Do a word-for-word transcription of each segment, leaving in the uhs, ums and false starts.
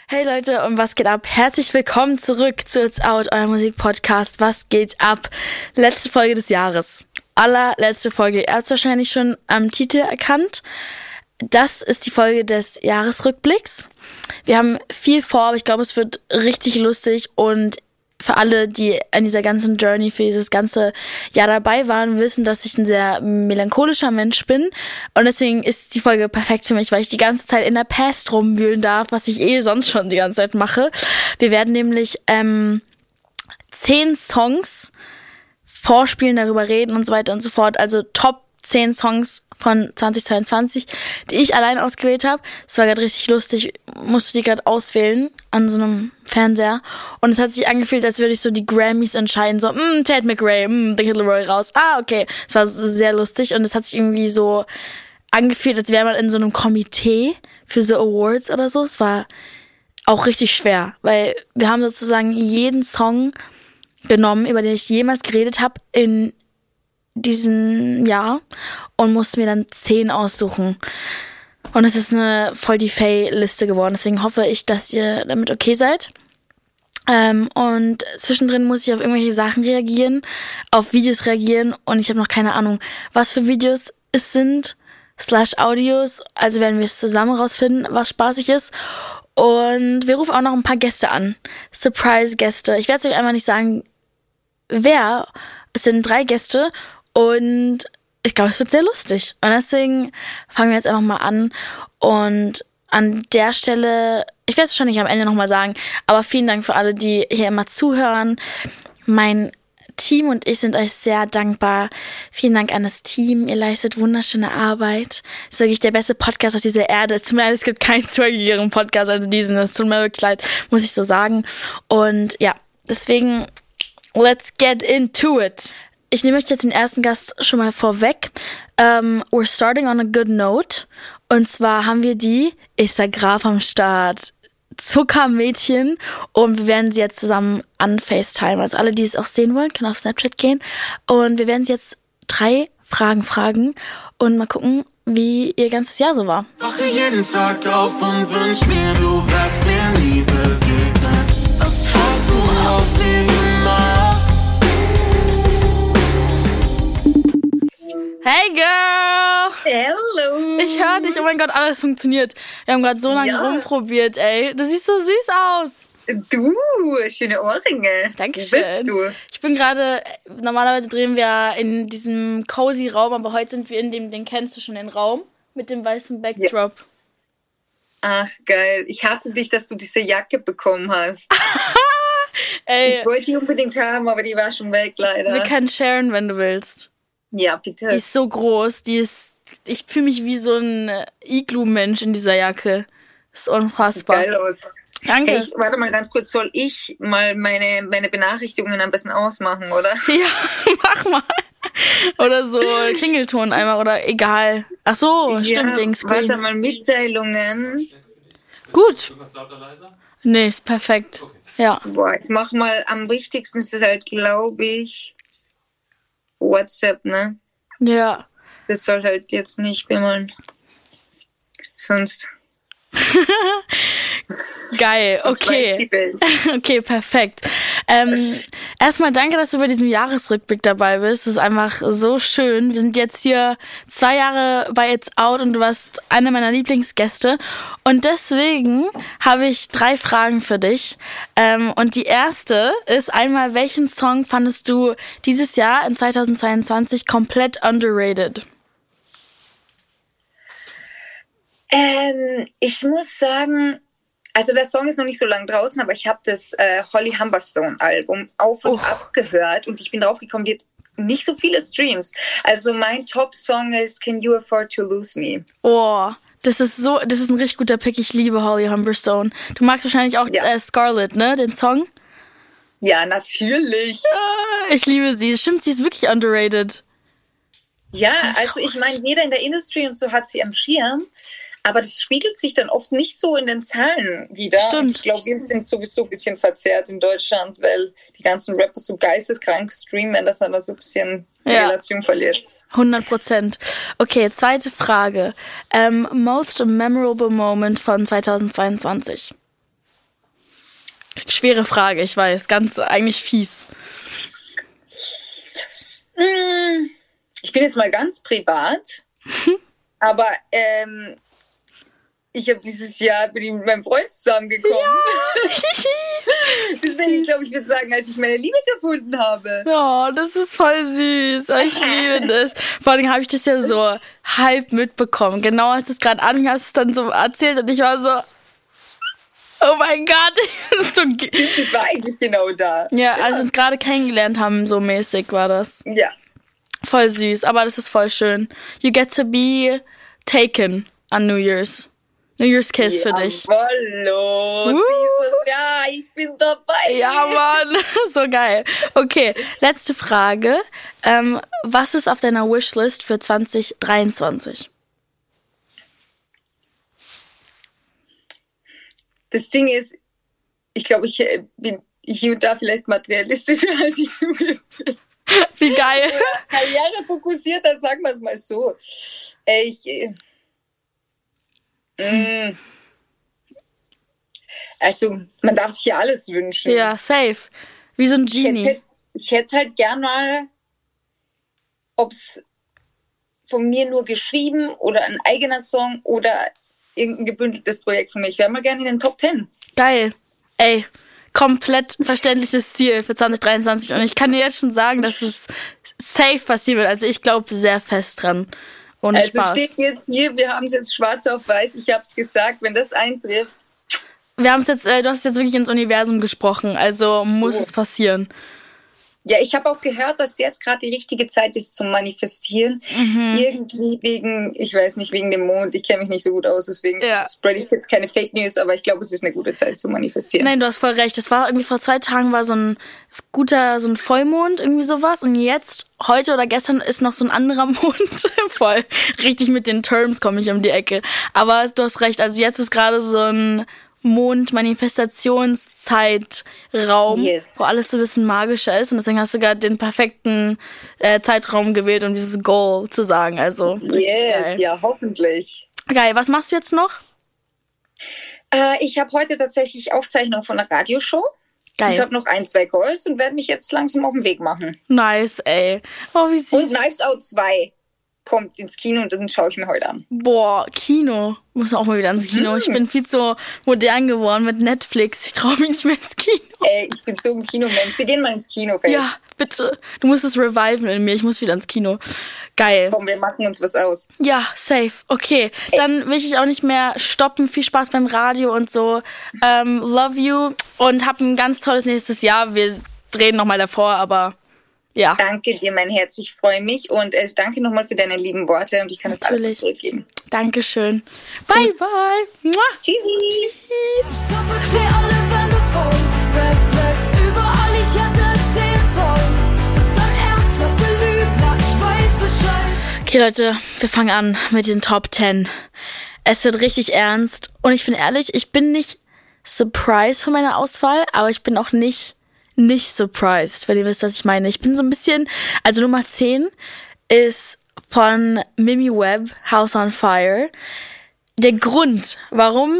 Hey Leute, und was geht ab? Herzlich willkommen zurück zu It's Out, euer Musikpodcast. Was geht ab? Letzte Folge des Jahres. Allerletzte Folge. Ihr habt es wahrscheinlich schon am Titel erkannt. Das ist die Folge des Jahresrückblicks. Wir haben viel vor, aber ich glaube, es wird richtig lustig. Und für alle, die in dieser ganzen Journey, für dieses ganze Jahr dabei waren, wissen, dass ich ein sehr melancholischer Mensch bin. Und deswegen ist die Folge perfekt für mich, weil ich die ganze Zeit in der Past rumwühlen darf, was ich eh sonst schon die ganze Zeit mache. Wir werden nämlich ähm, zehn Songs vorspielen, darüber reden und so weiter und so fort. Also Top zehn Songs von zwanzig zweiundzwanzig, die ich allein ausgewählt habe. Es war gerade richtig lustig, musste die gerade auswählen an so einem Fernseher. Und es hat sich angefühlt, als würde ich so die Grammys entscheiden. So, mm, Ted McRae, mm, The Kid Laroi raus. Ah, okay. Es war sehr lustig und es hat sich irgendwie so angefühlt, als wäre man in so einem Komitee für so Awards oder so. Es war auch richtig schwer, weil wir haben sozusagen jeden Song genommen, über den ich jemals geredet habe, in diesen Jahr und musste mir dann zehn aussuchen. Und es ist eine voll die Faye-Liste geworden. Deswegen hoffe ich, dass ihr damit okay seid. Ähm, und zwischendrin muss ich auf irgendwelche Sachen reagieren, auf Videos reagieren und ich habe noch keine Ahnung, was für Videos es sind, slash Audios. Also werden wir es zusammen rausfinden, was spaßig ist. Und wir rufen auch noch ein paar Gäste an. Surprise-Gäste. Ich werde es euch einfach nicht sagen, wer. Es sind drei Gäste. Und ich glaube, es wird sehr lustig. Und deswegen fangen wir jetzt einfach mal an. Und an der Stelle, ich werde es schon nicht am Ende nochmal sagen, aber vielen Dank für alle, die hier immer zuhören. Mein Team und ich sind euch sehr dankbar. Vielen Dank an das Team. Ihr leistet wunderschöne Arbeit. Es ist wirklich der beste Podcast auf dieser Erde. Es tut mir leid, es gibt keinen zugehörigen Podcast als diesen. Es tut mir wirklich leid, muss ich so sagen. Und ja, deswegen, let's get into it. Ich nehme euch jetzt den ersten Gast schon mal vorweg. Um, we're starting on a good note. Und zwar haben wir die Esther Graf am Start. Zuckermädchen. Und wir werden sie jetzt zusammen an FaceTime. Also alle, die es auch sehen wollen, können auf Snapchat gehen. Und wir werden sie jetzt drei Fragen fragen. Und mal gucken, wie ihr ganzes Jahr so war. Wache jeden Tag auf und wünsch mir, du wärst mir nie begegnet. Was hast du aus mir gemacht? Hey Girl! Hello! Ich höre dich, oh mein Gott, alles funktioniert. Wir haben gerade so lange Ja. rumprobiert, ey. Du siehst so süß aus. Du, schöne Ohrringe. Dankeschön. Wo bist du? Ich bin gerade, normalerweise drehen wir in diesem cozy Raum, aber heute sind wir in dem, den kennst du schon, den Raum mit dem weißen Backdrop. Ja. Ach, geil. Ich hasse dich, dass du diese Jacke bekommen hast. Ey, Ich wollte die unbedingt haben, aber die war schon weg, leider. wir können sharen, wenn du willst. Ja, bitte. Die ist so groß, die ist, ich fühle mich wie so ein Iglu-Mensch in dieser Jacke. Das ist unfassbar. Sieht geil aus. Danke. Hey, ich, warte mal ganz kurz, soll ich mal meine, meine Benachrichtigungen am besten ausmachen, oder? Ja, mach mal. Oder so Klingelton einmal oder egal. Ach so, stimmt, ja, wegen Screen. Warte mal, Mitteilungen. Gut. Irgendwas lauter, leiser? Nee, ist perfekt. Ja. Boah, jetzt mach mal, am wichtigsten ist es halt, glaube ich, WhatsApp, ne? Ja. Das soll halt jetzt nicht bimmeln. Sonst. Geil, sonst weiß okay. die Welt. Okay, perfekt. Ähm, erstmal danke, dass du bei diesem Jahresrückblick dabei bist. Das ist einfach so schön. Wir sind jetzt hier zwei Jahre bei It's Out und du warst eine meiner Lieblingsgäste. Und deswegen habe ich drei Fragen für dich. Ähm, und die erste ist einmal, welchen Song fandest du dieses Jahr in zweitausendzweiundzwanzig komplett underrated? Ähm, ich muss sagen, also der Song ist noch nicht so lang draußen, aber ich habe das äh, Holly Humberstone Album auf und Oh. ab gehört und ich bin draufgekommen, die hat nicht so viele Streams. Also mein Top-Song ist Can You Afford to Lose Me? Oh, das ist so, das ist ein richtig guter Pick. Ich liebe Holly Humberstone. Du magst wahrscheinlich auch Ja. äh, Scarlett, ne, den Song? Ja, natürlich. Ah, ich liebe sie. Stimmt, sie ist wirklich underrated. Ja, also ich meine, jeder in der Industry und so hat sie am Schirm, aber das spiegelt sich dann oft nicht so in den Zahlen wieder. Stimmt. Und ich glaube, wir sind sowieso ein bisschen verzerrt in Deutschland, weil die ganzen Rapper so geisteskrank streamen, dass man da so ein bisschen die Ja. Relation verliert. hundert Prozent. Okay, zweite Frage. Ähm, most memorable moment von zweitausendzweiundzwanzig? Schwere Frage, ich weiß. Ganz eigentlich fies. Ich bin jetzt mal ganz privat, aber ähm, ich habe dieses Jahr bin ich mit meinem Freund zusammengekommen. Ja. Deswegen, glaube ich, würde sagen, als ich meine Liebe gefunden habe. Ja, das ist voll süß. Ich liebe das. Vor allem habe ich das ja so halb mitbekommen. Genau als du es gerade anfing, hast du es dann so erzählt und ich war so, oh mein Gott. Das, ist so Stimmt, das war eigentlich genau da. Ja, als wir uns gerade kennengelernt haben, so mäßig war das. Ja. Voll süß, aber das ist voll schön. You get to be taken an New Year's. New Year's Kiss für dich. Hallo, dieses Jahr, ich bin dabei. Ja, Mann, so geil. Okay, letzte Frage. Ähm, was ist auf deiner Wishlist für zwanzig dreiundzwanzig? Das Ding ist, ich glaube, ich bin hier und da vielleicht materialistischer, als ich zugebe. Wie geil. Oder karrierefokussierter, sagen wir es mal so. Äh, ich... Äh, Mm. Also, man darf sich ja alles wünschen. Ja, safe. Wie so ein Genie. Ich hätte, ich hätte halt gern mal, ob es von mir nur geschrieben oder ein eigener Song oder irgendein gebündeltes Projekt von mir. Ich wäre mal gerne in den Top Ten. Geil. Ey, komplett verständliches Ziel für zwanzig dreiundzwanzig. Und ich kann dir jetzt schon sagen, dass es safe passieren wird. Also ich glaube sehr fest dran. Ohne also Spaß. Steht jetzt hier, wir haben es jetzt schwarz auf weiß, ich habe es gesagt, wenn das eintrifft. Wir haben es jetzt, äh, du hast es jetzt wirklich ins Universum gesprochen, also muss oh. es passieren. Ja, ich habe auch gehört, dass jetzt gerade die richtige Zeit ist zum Manifestieren. Mhm. Irgendwie wegen, ich weiß nicht, wegen dem Mond. Ich kenne mich nicht so gut aus, deswegen ja. spread ich jetzt keine Fake News, aber ich glaube, es ist eine gute Zeit zum Manifestieren. Nein, du hast voll recht. Es war irgendwie vor zwei Tagen war so ein guter, so ein Vollmond, irgendwie sowas. Und jetzt, heute oder gestern, ist noch so ein anderer Mond. Voll. Richtig mit den Terms komme ich um die Ecke. Aber du hast recht, also jetzt ist gerade so ein Mond-Manifestationszeitraum, yes. wo alles so ein bisschen magischer ist und deswegen hast du gerade den perfekten äh, Zeitraum gewählt, um dieses Goal zu sagen. Also yes, geil. Ja, hoffentlich. Geil, was machst du jetzt noch? Äh, ich habe heute tatsächlich Aufzeichnung von einer Radioshow. Geil. Und habe noch ein, zwei Calls und werde mich jetzt langsam auf den Weg machen. Nice, ey. Oh, wie süß. Und Knives Out zwei kommt ins Kino und dann schaue ich mir heute an. Boah, Kino. Muss auch mal wieder ins Kino. Mhm. Ich bin viel zu modern geworden mit Netflix. Ich traue mich nicht mehr ins Kino. Ey, ich bin so ein Kinomensch. Wir gehen mal ins Kino, Faith. Ja, bitte. Du musst es reviven in mir. Ich muss wieder ins Kino. Geil. Komm, wir machen uns was aus. Ja, safe. Okay, Ey. Dann will ich auch nicht mehr stoppen. Viel Spaß beim Radio und so. Um, love you und hab ein ganz tolles nächstes Jahr. Wir drehen nochmal davor, aber... Ja. Danke dir, mein Herz, ich freue mich und äh, danke nochmal für deine lieben Worte und ich kann Natürlich. Das alles so zurückgeben. Dankeschön. Bye, Tschüss. Bye. Mua. Tschüssi. Ich alle Wände voll, Red Flags überall, ich hätte es sehen sollen. Bis dann Erstklasse Lügner, ich weiß Bescheid. Okay, Leute, wir fangen an mit den Top Ten. Es wird richtig ernst und ich bin ehrlich, ich bin nicht surprised von meiner Auswahl, aber ich bin auch nicht nicht surprised, wenn ihr wisst, was ich meine. Ich bin so ein bisschen, also Nummer zehn ist von Mimi Webb, House on Fire. Der Grund, warum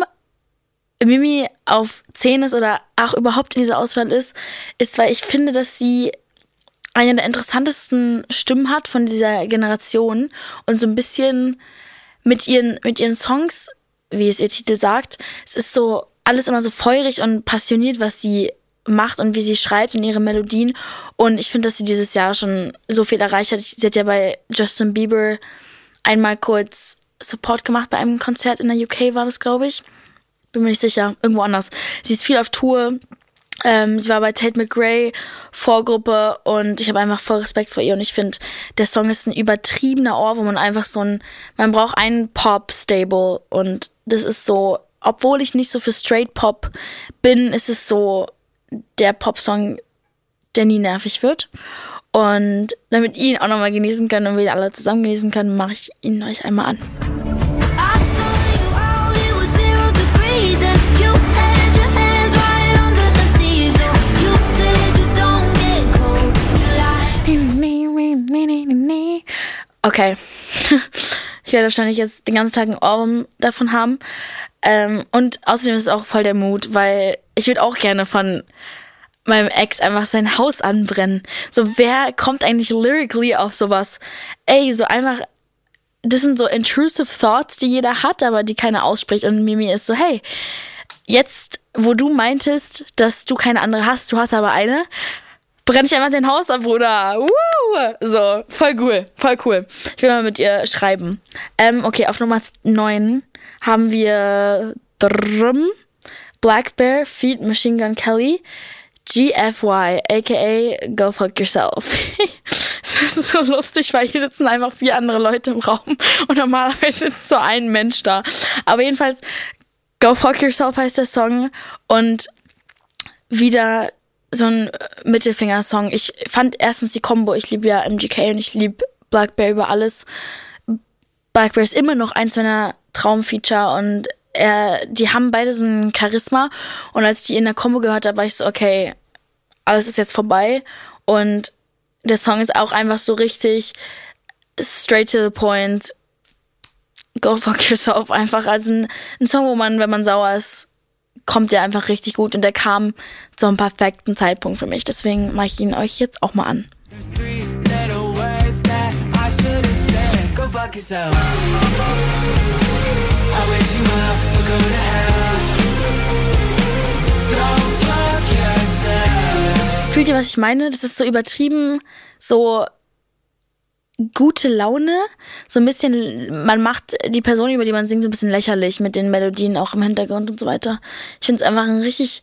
Mimi auf zehn ist oder auch überhaupt in dieser Auswahl ist, ist, weil ich finde, dass sie eine der interessantesten Stimmen hat von dieser Generation und so ein bisschen mit ihren, mit ihren Songs, wie es ihr Titel sagt, es ist so alles immer so feurig und passioniert, was sie macht und wie sie schreibt in ihre Melodien. Und ich finde, dass sie dieses Jahr schon so viel erreicht hat. Sie hat ja bei Justin Bieber einmal kurz Support gemacht bei einem Konzert in der U K, war das, glaube ich. Bin mir nicht sicher. Irgendwo anders. Sie ist viel auf Tour. Ähm, sie war bei Tate McRae Vorgruppe und ich habe einfach voll Respekt vor ihr. Und ich finde, der Song ist ein übertriebener Ohrwurm und einfach so ein, man braucht einen Pop-Stable und das ist so, obwohl ich nicht so für Straight Pop bin, ist es so der Popsong, der nie nervig wird. Und damit ihr ihn auch nochmal genießen könnt und wir ihn alle zusammen genießen können, mache ich ihn euch einmal an. Okay. Ich werde wahrscheinlich jetzt den ganzen Tag ein Ohrwurm davon haben. Ähm, und außerdem ist es auch voll der Mut, weil ich würde auch gerne von meinem Ex einfach sein Haus anbrennen. So, wer kommt eigentlich lyrically auf sowas? Ey, so einfach, das sind so intrusive Thoughts, die jeder hat, aber die keiner ausspricht. Und Mimi ist so, hey, jetzt, wo du meintest, dass du keine andere hast, du hast aber eine, brenne ich einfach dein Haus ab, Bruder. Woo! So, voll cool, voll cool. Ich will mal mit ihr schreiben. Ähm, okay, auf Nummer neun haben wir Drum, Black Bear, feat. Machine Gun Kelly, G F Y, aka Go Fuck Yourself. Das ist so lustig, weil hier sitzen einfach vier andere Leute im Raum und normalerweise sitzt so ein Mensch da. Aber jedenfalls, Go Fuck Yourself heißt der Song und wieder so ein Mittelfinger-Song. Ich fand erstens die Kombo, ich liebe ja M G K und ich liebe Black Bear über alles. Black Bear ist immer noch eins meiner Traumfeature und er, die haben beide so ein Charisma und als ich die in der Kombo gehört habe, war ich so, okay, alles ist jetzt vorbei und der Song ist auch einfach so richtig straight to the point. Go Fuck Yourself einfach. Also ein, ein Song, wo man, wenn man sauer ist, kommt der einfach richtig gut und der kam zu einem perfekten Zeitpunkt für mich. Deswegen mache ich ihn euch jetzt auch mal an. Fühlt ihr, was ich meine? Das ist so übertrieben, so gute Laune, so ein bisschen, man macht die Person, über die man singt, so ein bisschen lächerlich mit den Melodien auch im Hintergrund und so weiter. Ich finde es einfach einen richtig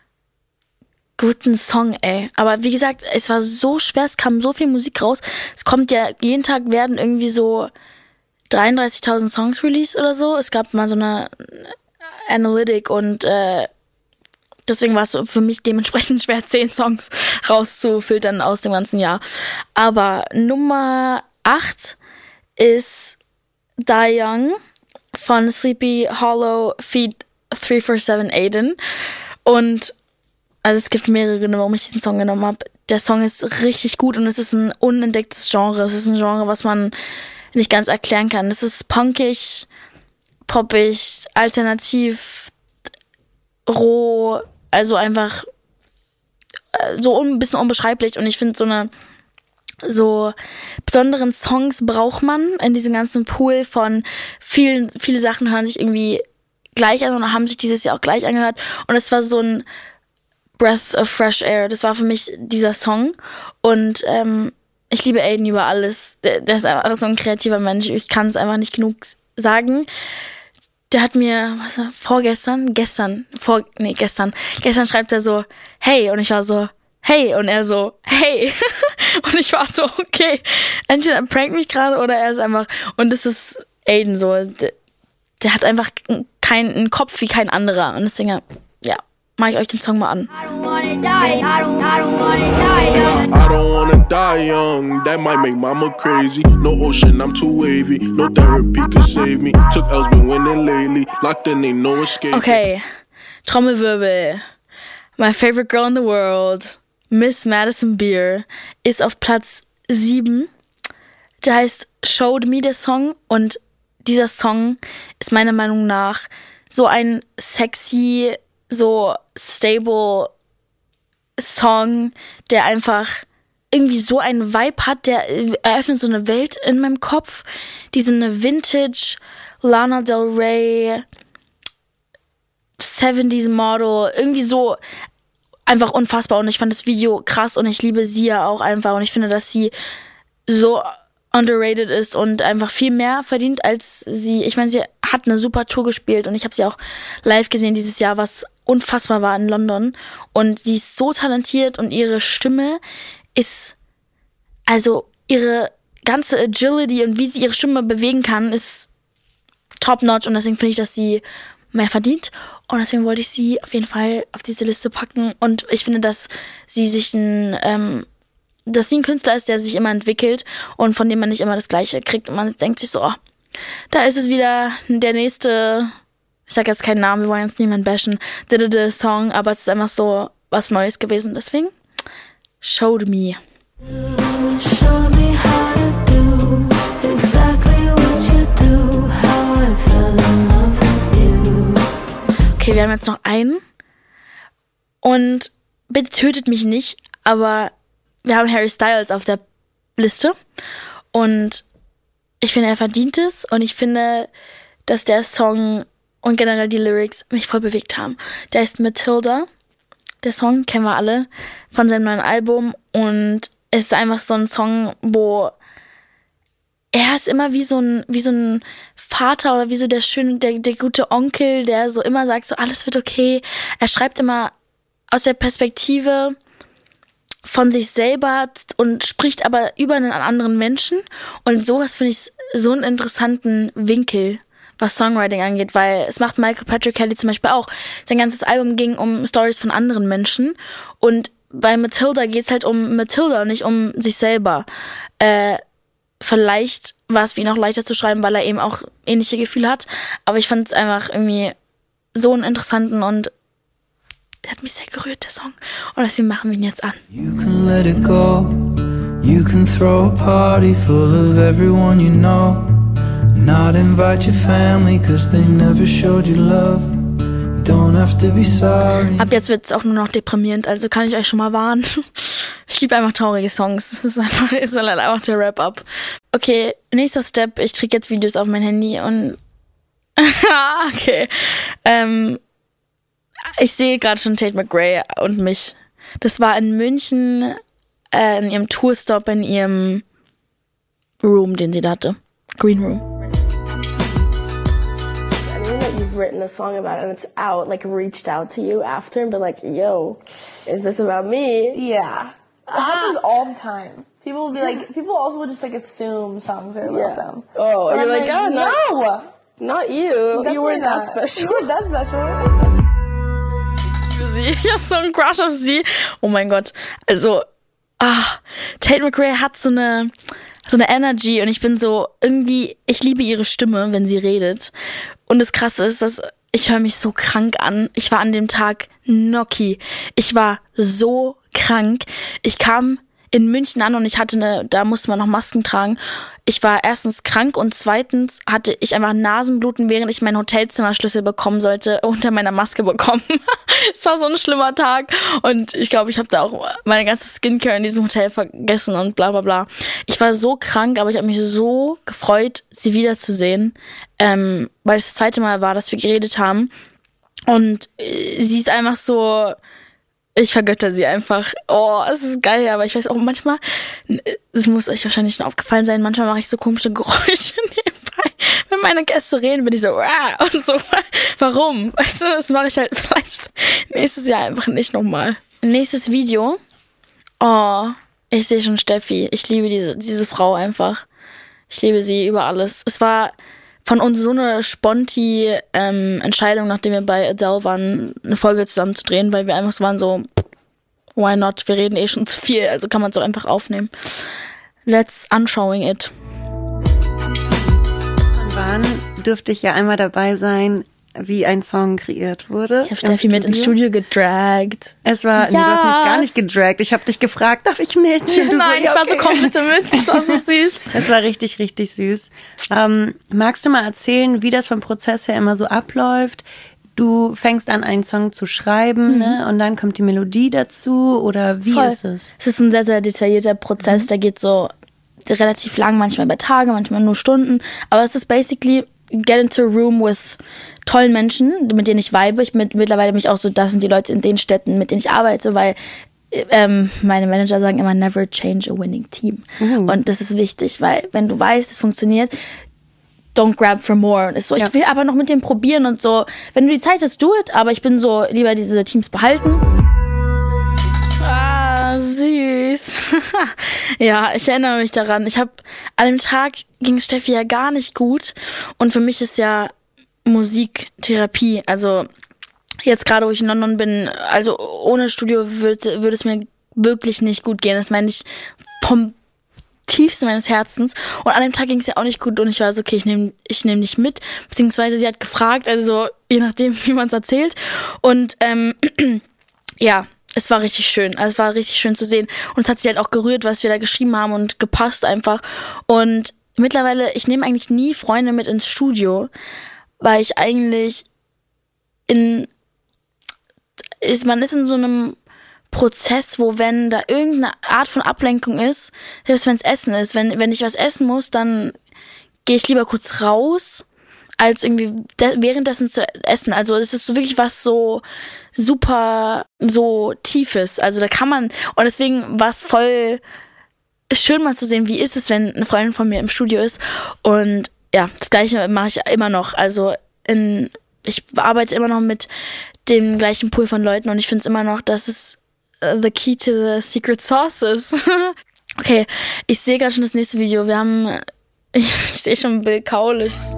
guten Song, ey. Aber wie gesagt, es war so schwer, es kam so viel Musik raus. Es kommt ja, jeden Tag werden irgendwie so dreiunddreißigtausend Songs released oder so. Es gab mal so eine Analytic und äh, deswegen war es so für mich dementsprechend schwer, zehn Songs rauszufiltern aus dem ganzen Jahr. Aber Nummer acht ist Die Young von Sleepy Hollow feat. drei vier sieben Aiden. Und also es gibt mehrere Gründe, warum ich diesen Song genommen habe. Der Song ist richtig gut und es ist ein unentdecktes Genre. Es ist ein Genre, was man nicht ganz erklären kann. Es ist punkig, poppig, alternativ, roh, also einfach so ein bisschen unbeschreiblich und ich finde so eine so besonderen Songs braucht man in diesem ganzen Pool von vielen, viele Sachen hören sich irgendwie gleich an und haben sich dieses Jahr auch gleich angehört und es war so ein Breath of Fresh Air, das war für mich dieser Song und ähm, ich liebe Aiden über alles, der, der ist einfach so ein kreativer Mensch, ich kann es einfach nicht genug sagen. Der hat mir, was war, vorgestern, gestern, vor, nee, gestern, gestern schreibt er so, hey, und ich war so, hey, und er so, hey, und ich war so, okay, entweder er prankt mich gerade oder er ist einfach, und das ist Aiden so, der, der hat einfach keinen Kopf wie kein anderer, und deswegen, ja, mache ich euch den Song mal an. I don't wanna die, I don't, I don't wanna die young. I don't wanna die young, that might make mama crazy. No ocean, I'm too wavy, no therapy can save me. Took L's, been winning lately, locked in, ain't no escape. Okay, Trommelwirbel. My favorite girl in the world, Miss Madison Beer, ist auf Platz sieben. Der heißt Showed Me, der Song, und dieser Song ist meiner Meinung nach so ein sexy, so stable Song, der einfach irgendwie so einen Vibe hat, der eröffnet so eine Welt in meinem Kopf, die so eine Vintage Lana Del Rey siebziger Model, irgendwie so einfach unfassbar und ich fand das Video krass und ich liebe sie ja auch einfach und ich finde, dass sie so underrated ist und einfach viel mehr verdient als sie. Ich meine, sie hat eine super Tour gespielt und ich habe sie auch live gesehen dieses Jahr, was unfassbar war in London. Und sie ist so talentiert und ihre Stimme ist, also ihre ganze Agility und wie sie ihre Stimme bewegen kann, ist top-notch und deswegen finde ich, dass sie mehr verdient. Und deswegen wollte ich sie auf jeden Fall auf diese Liste packen und ich finde, dass sie sich ein, ähm, dass sie ein Künstler ist, der sich immer entwickelt und von dem man nicht immer das Gleiche kriegt. Und man denkt sich so, oh, da ist es wieder der nächste, ich sag jetzt keinen Namen, wir wollen jetzt niemanden bashen, the Song, aber es ist einfach so was Neues gewesen. Deswegen, Showed Me. Show me how to do exactly what you do. Okay, wir haben jetzt noch einen. Und bitte tötet mich nicht, aber wir haben Harry Styles auf der Liste. Und ich finde, er verdient es. Und ich finde, dass der Song und generell die Lyrics mich voll bewegt haben. Der heißt Matilda. Der Song kennen wir alle von seinem neuen Album. Und es ist einfach so ein Song, wo er ist immer wie so ein, wie so ein Vater oder wie so der schöne, der, der gute Onkel, der so immer sagt, so alles wird okay. Er schreibt immer aus der Perspektive von sich selber und spricht aber über einen anderen Menschen. Und sowas finde ich so einen interessanten Winkel, was Songwriting angeht, weil es macht Michael Patrick Kelly zum Beispiel auch. Sein ganzes Album ging um Stories von anderen Menschen. Und bei Matilda geht es halt um Matilda und nicht um sich selber. Äh, Vielleicht war es für ihn auch leichter zu schreiben, weil er eben auch ähnliche Gefühle hat. Aber ich fand es einfach irgendwie so einen interessanten und der hat mich sehr gerührt, der Song. Und deswegen machen wir ihn jetzt an. You can let it go. You can throw a party full of everyone you know. Not invite your family cause they never showed you love. You don't have to be sorry. Ab jetzt wird es auch nur noch deprimierend, also kann ich euch schon mal warnen. Ich liebe einfach traurige Songs. Das ist einfach, ist halt einfach der Wrap-Up. Okay, nächster Step. Ich krieg jetzt Videos auf mein Handy und okay. Ähm, ich sehe gerade schon Tate McRae und mich. Das war in München, äh, in ihrem Tourstop, in ihrem Room, den sie da hatte. Green Room. You've written a song about it and it's out, like reached out to you after and been like, yo, is this about me? Yeah. It happens all the time. People will be like, people also will just like assume songs are about Yeah. them. Oh, and But you're I'm like, oh, not, no! not you. Definitely You weren't that not. special. You weren't that special. Sie. Ich hab so einen Crush auf sie. Oh mein Gott. Also, ah, Tate McRae hat so eine, so eine Energy und ich bin so, irgendwie, ich liebe ihre Stimme, wenn sie redet. Und das Krasse ist, dass ich höre mich so krank an. Ich war an dem Tag Gnocchi. Ich war so krank. Ich kam in München an und ich hatte eine, da musste man noch Masken tragen. Ich war erstens krank und zweitens hatte ich einfach Nasenbluten, während ich meinen Hotelzimmerschlüssel bekommen sollte, unter meiner Maske bekommen. Es war so ein schlimmer Tag und ich glaube, ich habe da auch meine ganze Skincare in diesem Hotel vergessen und bla bla bla. Ich war so krank, aber ich habe mich so gefreut, sie wiederzusehen, ähm, weil es das zweite Mal war, dass wir geredet haben und äh, sie ist einfach so... Ich vergötter sie einfach. Oh, es ist geil, aber ich weiß auch manchmal, es muss euch wahrscheinlich schon aufgefallen sein, manchmal mache ich so komische Geräusche nebenbei. Wenn meine Gäste reden, bin ich so, Wah! Und so, warum? Weißt du, das mache ich halt vielleicht nächstes Jahr einfach nicht nochmal. Nächstes Video. Oh, ich sehe schon Steffi. Ich liebe diese, diese Frau einfach. Ich liebe sie über alles. Es war von uns so eine sponti ähm, Entscheidung, nachdem wir bei Adele waren, eine Folge zusammen zu drehen, weil wir einfach so waren so, why not? Wir reden eh schon zu viel, also kann man es auch einfach aufnehmen. Let's unshowing it. Wann durfte ich ja einmal dabei sein, wie ein Song kreiert wurde. Ich habe Steffi mit ins Studio gedragt. Es war, nee, du hast mich gar nicht gedragt. Ich habe dich gefragt, darf ich mit? Und du Nein, so, ja, ich war okay. so, komm bitte mit. Das war so süß. Es war richtig, richtig süß. Ähm, magst du mal erzählen, wie das vom Prozess her immer so abläuft? Du fängst an, einen Song zu schreiben, mhm. ne? Und dann kommt die Melodie dazu oder wie Voll. ist es? Es ist ein sehr, sehr detaillierter Prozess. Mhm. Der geht so relativ lang, manchmal über Tage, manchmal nur Stunden. Aber es ist basically get into a room with tollen Menschen, mit denen ich vibe. Ich mit, mittlerweile mich auch so, das sind die Leute in den Städten, mit denen ich arbeite, weil ähm, meine Manager sagen immer, never change a winning team. Mhm. Und das ist wichtig, weil wenn du weißt, es funktioniert, don't grab for more. Und ist so, ja. Ich will aber noch mit dem probieren und so. Wenn du die Zeit hast, do it, aber ich bin so, lieber diese Teams behalten. Ah, süß. Ja, ich erinnere mich daran. Ich habe an dem Tag ging Steffi ja gar nicht gut und für mich ist ja Musiktherapie, also jetzt gerade, wo ich in London bin, also ohne Studio würde würde es mir wirklich nicht gut gehen. Das meine ich vom tiefsten meines Herzens. Und an dem Tag ging es ja auch nicht gut und ich war so, okay, ich nehme ich nehm dich mit, beziehungsweise sie hat gefragt, also je nachdem, wie man es erzählt. Und ähm, ja, es war richtig schön. Also es war richtig schön zu sehen. Und es hat sie halt auch gerührt, was wir da geschrieben haben und gepasst einfach. Und mittlerweile, ich nehme eigentlich nie Freunde mit ins Studio, weil ich eigentlich in ist, man ist in so einem Prozess, wo wenn da irgendeine Art von Ablenkung ist, selbst wenn es Essen ist, wenn, wenn ich was essen muss, dann gehe ich lieber kurz raus, als irgendwie de- währenddessen zu essen. Also es ist so wirklich was so super, so Tiefes. Also da kann man, und deswegen war es voll schön mal zu sehen, wie ist es, wenn eine Freundin von mir im Studio ist. Und ja, das Gleiche mache ich immer noch. Also in, ich arbeite immer noch mit dem gleichen Pool von Leuten und ich finde es immer noch, dass es uh, the key to the secret sauce ist. Okay, ich sehe gerade schon das nächste Video. Wir haben, ich, ich sehe schon Bill Kaulitz.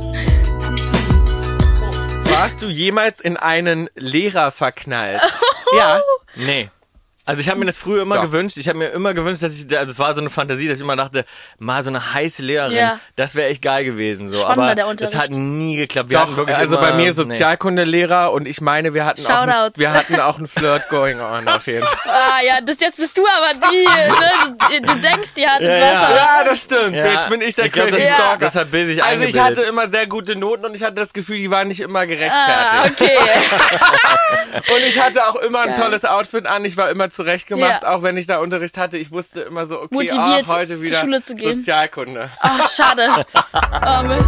Warst du jemals in einen Lehrer verknallt? Ja. Nee. Also ich habe mir das früher immer Doch. gewünscht. Ich habe mir immer gewünscht, dass ich, also es war so eine Fantasie, dass ich immer dachte, mal so eine heiße Lehrerin, Ja. das wäre echt geil gewesen. So. Spannender, Aber der das Unterricht. hat nie geklappt. Wir hatten Doch, wirklich also immer, bei mir nee. Sozialkundelehrer und ich meine, wir hatten, auch ein, Shoutouts. wir hatten auch ein Flirt going on auf jeden Fall. Ah ja, das jetzt bist du aber die, ne? Du, du denkst, die hat Ja, Wasser. Ja, das stimmt. Ja. Jetzt bin ich der Ich glaub, crazy das- Stalker. das hat Bill sich Also ich eingebildet. hatte immer sehr gute Noten und ich hatte das Gefühl, die waren nicht immer Ah, gerechtfertigt. okay. Und ich hatte auch immer ein Geil. tolles Outfit an. Ich war immer zurechtgemacht, Ja. auch wenn ich da Unterricht hatte. Ich wusste immer so, okay, Motiviert, ach, heute zur wieder Schule zu gehen. Sozialkunde. Oh, schade. Oh, Mist.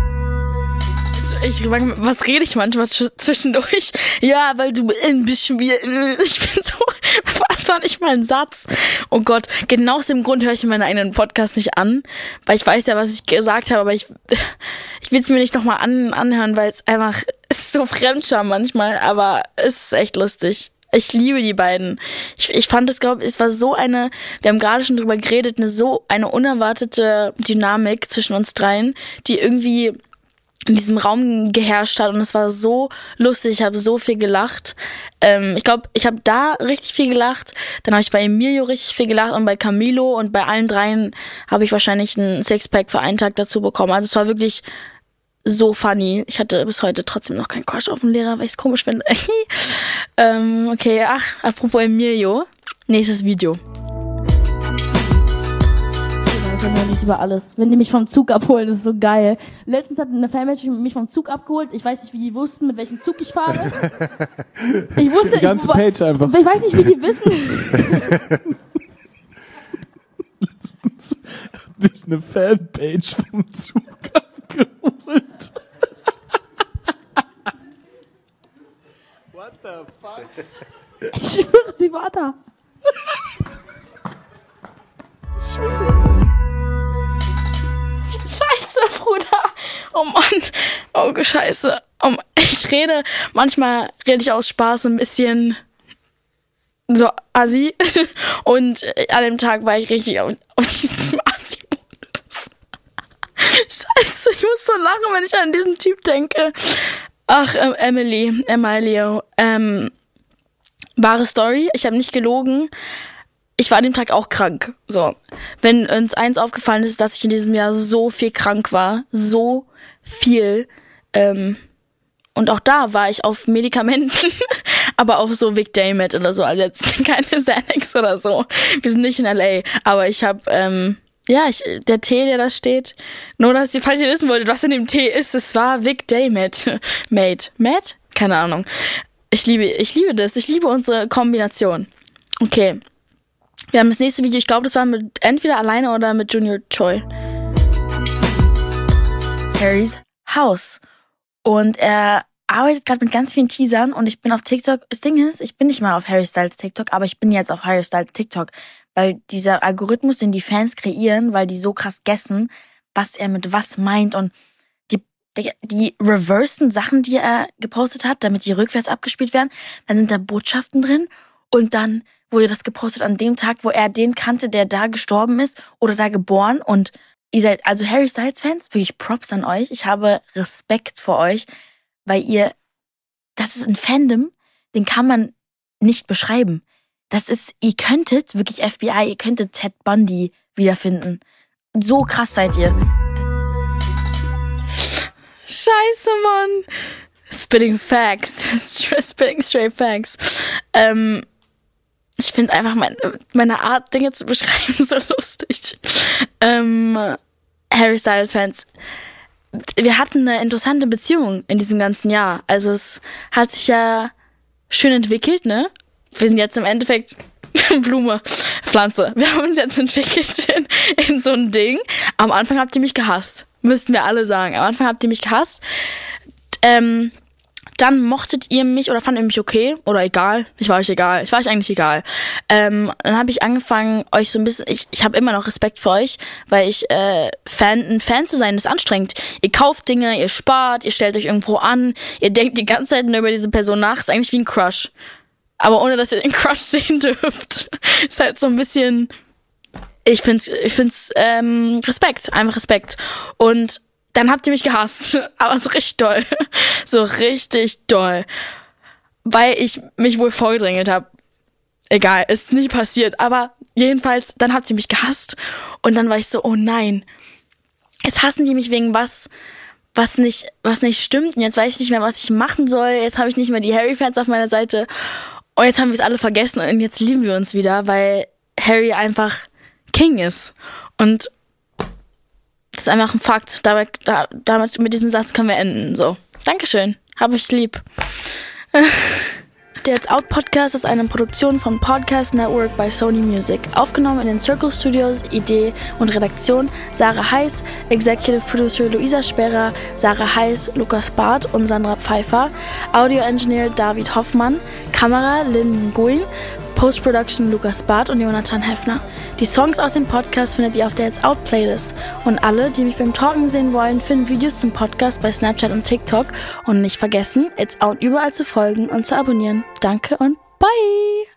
Ich, was rede ich manchmal zwischendurch? Ja, weil du ein bisschen wie, ich bin so, das war nicht mal ein Satz. Oh Gott, genau aus dem Grund höre ich meinen eigenen Podcast nicht an, weil ich weiß ja, was ich gesagt habe, aber ich, ich will es mir nicht nochmal an, anhören, weil es einfach, es ist so Fremdscham manchmal, aber es ist echt lustig. Ich liebe die beiden. Ich, ich fand es, glaube es war so eine, wir haben gerade schon drüber geredet, eine so eine unerwartete Dynamik zwischen uns dreien, die irgendwie in diesem Raum geherrscht hat und es war so lustig, ich habe so viel gelacht. Ähm, ich glaube, ich habe da richtig viel gelacht, dann habe ich bei Emilio richtig viel gelacht und bei Camilo und bei allen dreien habe ich wahrscheinlich ein Sixpack für einen Tag dazu bekommen. Also es war wirklich so funny. Ich hatte bis heute trotzdem noch keinen Crush auf den Lehrer, weil ich es komisch finde. ähm, okay, ach, apropos Emilio, nächstes Video. Ich rede nicht über alles. Wenn die mich vom Zug abholen, das ist so geil. Letztens hat eine Fanmädchen mich vom Zug abgeholt. Ich weiß nicht, wie die wussten, mit welchem Zug ich fahre. Ich wusste, Die ganze ich, Page einfach. Ich weiß nicht, wie die wissen. Letztens hat mich eine Fanpage vom Zug abgeholt. What the fuck? Ich schwöre, sie war da. Ich schwöre. Scheiße, Bruder. Oh Mann. Oh, Scheiße. Oh, ich rede, manchmal rede ich aus Spaß ein bisschen so assi. Und an dem Tag war ich richtig auf, auf diesem Assi-Modus. Scheiße, ich muss so lachen, wenn ich an diesen Typ denke. Ach, ähm, Emily, Emilio. Ähm, wahre Story, ich habe nicht gelogen. Ich war an dem Tag auch krank. So, wenn uns eins aufgefallen ist, dass ich in diesem Jahr so viel krank war, so viel. Ähm, und auch da war ich auf Medikamenten, aber auf so Vic Damet oder so. Also jetzt keine Xanax oder so. Wir sind nicht in L A. Aber ich habe, ähm, ja, ich, der Tee, der da steht, nur dass ihr, falls ihr wissen wolltet, was in dem Tee ist, es war Vic Damet. Mate. Matt? Keine Ahnung. Ich liebe, ich liebe das. Ich liebe unsere Kombination. Okay. Wir haben das nächste Video, ich glaube, das war mit entweder alleine oder mit Junior Choi. Harrys Haus. Und er arbeitet gerade mit ganz vielen Teasern und ich bin auf TikTok. Das Ding ist, ich bin nicht mal auf Harry Styles TikTok, aber ich bin jetzt auf Harry Styles TikTok. Weil dieser Algorithmus, den die Fans kreieren, weil die so krass guessen, was er mit was meint und die, die, die reversen Sachen, die er gepostet hat, damit die rückwärts abgespielt werden, dann sind da Botschaften drin und dann wurde das gepostet an dem Tag, wo er den kannte, der da gestorben ist oder da geboren. Und ihr seid also Harry Styles Fans, wirklich Props an euch. Ich habe Respekt vor euch, weil ihr, das ist ein Fandom, den kann man nicht beschreiben. Das ist, ihr könntet wirklich F B I, ihr könntet Ted Bundy wiederfinden. So krass seid ihr. Scheiße, Mann. Spitting Facts. Spitting straight Facts. Ähm, Ich finde einfach meine, meine Art, Dinge zu beschreiben, so lustig. Ähm, Harry Styles Fans. Wir hatten eine interessante Beziehung in diesem ganzen Jahr. Also es hat sich ja schön entwickelt, ne? Wir sind jetzt im Endeffekt Blume, Pflanze. Wir haben uns jetzt entwickelt in, in so ein Ding. Am Anfang habt ihr mich gehasst. Müssten wir alle sagen. Am Anfang habt ihr mich gehasst. Ähm, dann mochtet ihr mich oder fandet ihr mich okay oder egal. Ich war euch egal. Ich war euch eigentlich egal. Ähm, dann habe ich angefangen, euch so ein bisschen, ich, ich habe immer noch Respekt für euch, weil ich, äh, Fan, ein Fan zu sein, ist anstrengend. Ihr kauft Dinge, ihr spart, ihr stellt euch irgendwo an, ihr denkt die ganze Zeit nur über diese Person nach. Ist eigentlich wie ein Crush. Aber ohne, dass ihr den Crush sehen dürft. Ist halt so ein bisschen, ich find's, ich find's, ähm, Respekt, einfach Respekt. Und dann habt ihr mich gehasst. Aber so richtig doll. So richtig doll. Weil ich mich wohl vorgedrängelt habe. Egal, ist nicht passiert. Aber jedenfalls, dann habt ihr mich gehasst. Und dann war ich so, oh nein. Jetzt hassen die mich wegen was, was nicht, was nicht stimmt. Und jetzt weiß ich nicht mehr, was ich machen soll. Jetzt habe ich nicht mehr die Harry-Fans auf meiner Seite. Und jetzt haben wir es alle vergessen. Und jetzt lieben wir uns wieder, weil Harry einfach King ist. Und das ist einfach ein Fakt. Damit, da, damit, mit diesem Satz können wir enden. So. Dankeschön. Hab ich lieb. Der It's Out Podcast ist eine Produktion von Podcast Network bei Sony Music. Aufgenommen in den Circle Studios, Idee und Redaktion Sarah Heiß, Executive Producer Luisa Sperrer, Sarah Heiß, Lukas Barth und Sandra Pfeiffer, Audio Engineer David Hoffmann, Kamera Lynn Nguyen, Post-Production Lukas Barth und Jonathan Heffner. Die Songs aus dem Podcast findet ihr auf der It's Out Playlist. Und alle, die mich beim Talken sehen wollen, finden Videos zum Podcast bei Snapchat und TikTok. Und nicht vergessen, It's Out überall zu folgen und zu abonnieren. Danke und bye!